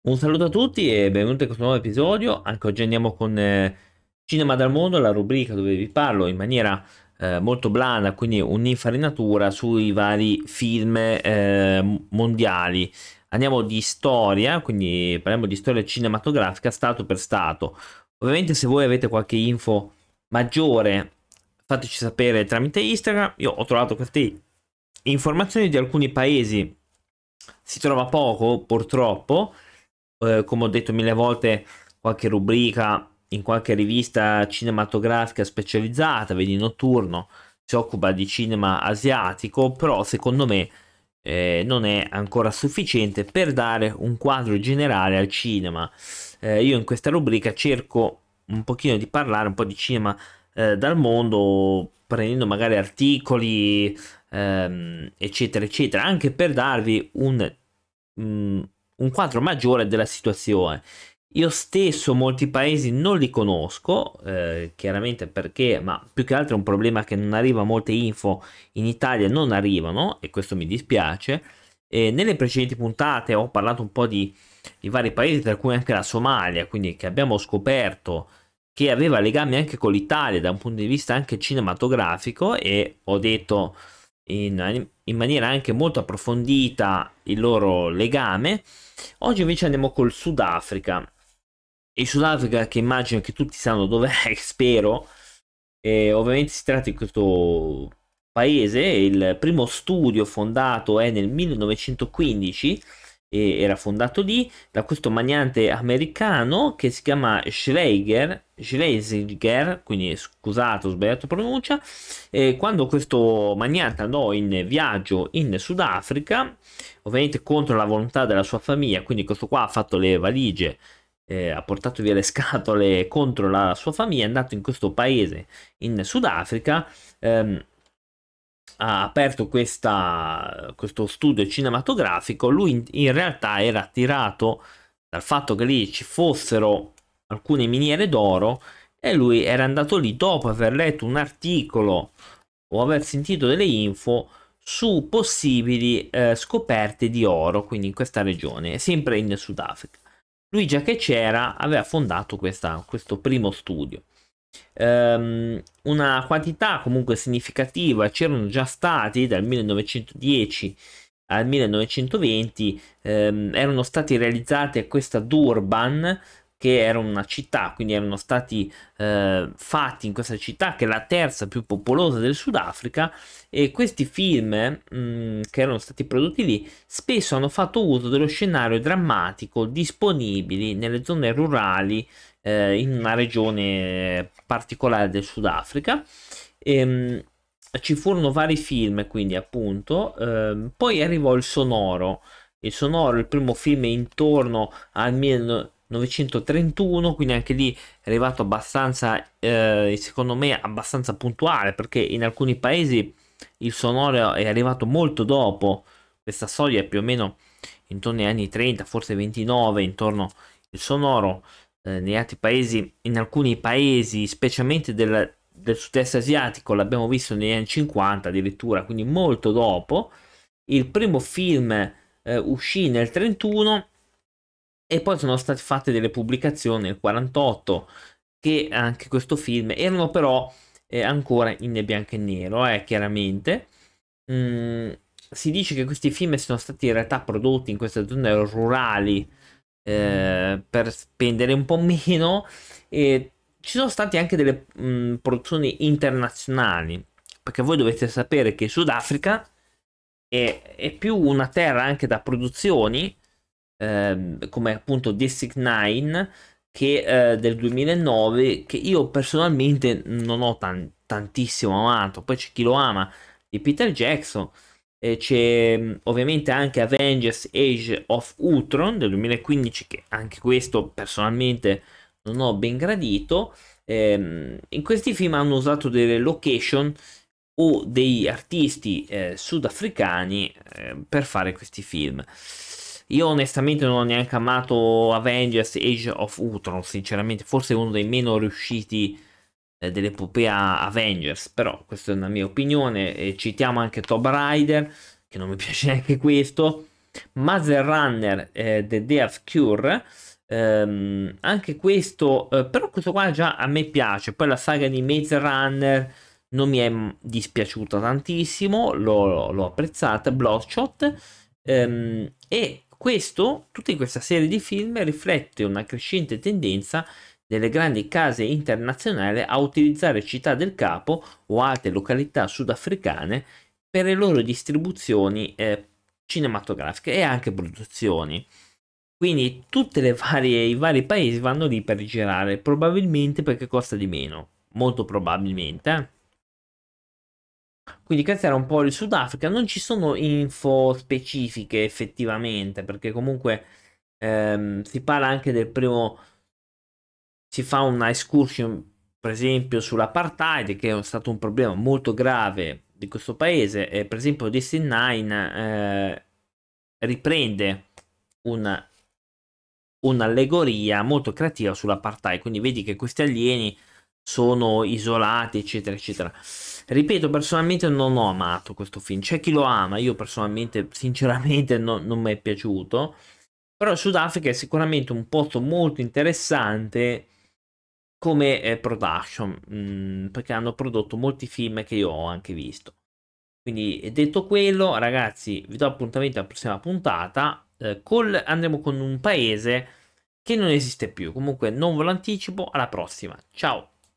Un saluto a tutti e benvenuti a questo nuovo episodio. Anche oggi andiamo con Cinema dal mondo, la rubrica dove vi parlo in maniera molto blanda, quindi un'infarinatura sui vari film mondiali. Andiamo di storia, quindi parliamo di storia cinematografica stato per stato. Ovviamente se voi avete qualche info maggiore fateci sapere tramite Instagram. Io ho trovato queste informazioni di alcuni paesi, si trova poco purtroppo. Come ho detto mille volte, qualche rubrica in qualche rivista cinematografica specializzata, vedi Notturno, si occupa di cinema asiatico, però secondo me non è ancora sufficiente per dare un quadro generale al cinema. Io in questa rubrica cerco un pochino di parlare un po' di cinema dal mondo, prendendo magari articoli, eccetera, eccetera, anche per darvi mm, un quadro maggiore della situazione. Io stesso molti paesi non li conosco, chiaramente perché, ma più che altro è un problema che non arriva molte info in Italia, non arrivano e questo mi dispiace. E nelle precedenti puntate ho parlato un po' di vari paesi, tra cui anche la Somalia, quindi che abbiamo scoperto che aveva legami anche con l'Italia da un punto di vista anche cinematografico, e ho detto in maniera anche molto approfondita il loro legame. Oggi invece andiamo col Sudafrica. Il Sudafrica, che immagino che tutti sanno dov'è, spero. E ovviamente si tratta di questo paese. Il primo studio fondato è nel 1915 e era fondato lì da questo magnate americano che si chiama Schlesinger, quindi scusate, ho sbagliato pronuncia. E quando questo magnate andò in viaggio in Sudafrica, ovviamente contro la volontà della sua famiglia, quindi questo qua ha fatto le valigie, ha portato via le scatole contro la sua famiglia, è andato in questo paese in Sudafrica, ha aperto questo studio cinematografico. Lui in realtà era attirato dal fatto che lì ci fossero alcune miniere d'oro, e lui era andato lì dopo aver letto un articolo o aver sentito delle info su possibili scoperte di oro, quindi in questa regione, sempre in Sudafrica. Lui, già che c'era, aveva fondato questo primo studio. Una quantità comunque significativa c'erano già stati dal 1910 al 1920, erano stati realizzati a questa Durban, che era una città, quindi erano stati fatti in questa città che è la terza più popolosa del Sudafrica. E questi film che erano stati prodotti lì spesso hanno fatto uso dello scenario drammatico disponibili nelle zone rurali, in una regione particolare del Sudafrica. Ehm, Ci furono vari film, quindi appunto, poi arrivò il sonoro. Il sonoro, il primo film è intorno al 1931, quindi anche lì è arrivato abbastanza, secondo me, abbastanza puntuale, perché in alcuni paesi il sonoro è arrivato molto dopo questa soglia, è più o meno intorno agli anni 30, forse 29, intorno il sonoro. Negli altri paesi, in alcuni paesi, specialmente del sud-est asiatico, l'abbiamo visto negli anni 50 addirittura, quindi molto dopo. Il primo film uscì nel 31 e poi sono state fatte delle pubblicazioni nel 48, che anche questo film erano però ancora in bianco e nero, chiaramente. Mm, Si dice che questi film siano stati in realtà prodotti in queste zone rurali, per spendere un po' meno, e ci sono state anche delle produzioni internazionali, perché voi dovete sapere che il Sudafrica è più una terra anche da produzioni, come appunto District 9, che del 2009, che io personalmente non ho tantissimo amato. Poi c'è chi lo ama, di Peter Jackson. E c'è ovviamente anche Avengers Age of Ultron del 2015, che anche questo personalmente non ho ben gradito. In questi film hanno usato delle location o degli artisti sudafricani per fare questi film. Io onestamente non ho neanche amato Avengers Age of Ultron, sinceramente, forse è uno dei meno riusciti dell'epopea Avengers, però questa è una mia opinione. E citiamo anche Tomb Raider, che non mi piace neanche questo. Maze Runner The Day of Cure. Anche questo, però questo qua già a me piace. Poi la saga di Maze Runner non mi è dispiaciuta tantissimo, l'ho apprezzata. Bloodshot. E questo, tutta questa serie di film riflette una crescente tendenza delle grandi case internazionali a utilizzare Città del Capo o altre località sudafricane per le loro distribuzioni cinematografiche e anche produzioni. Quindi tutte le varie, i vari paesi vanno lì per girare, probabilmente perché costa di meno, molto probabilmente. Quindi questo era un po' il Sudafrica, non ci sono info specifiche effettivamente, perché comunque si parla anche del primo, si fa una excursion per esempio sull'apartheid, che è stato un problema molto grave di questo paese, e per esempio DC9 riprende una un'allegoria molto creativa sull'apartheid, quindi vedi che questi alieni sono isolati, eccetera, eccetera. Ripeto, personalmente non ho amato questo film, c'è chi lo ama, io personalmente, sinceramente, non mi è piaciuto, però il Sudafrica è sicuramente un posto molto interessante come production, perché hanno prodotto molti film che io ho anche visto. Quindi detto quello, ragazzi, vi do appuntamento alla prossima puntata. Andremo con un paese che non esiste più. Comunque non ve lo anticipo, alla prossima. Ciao!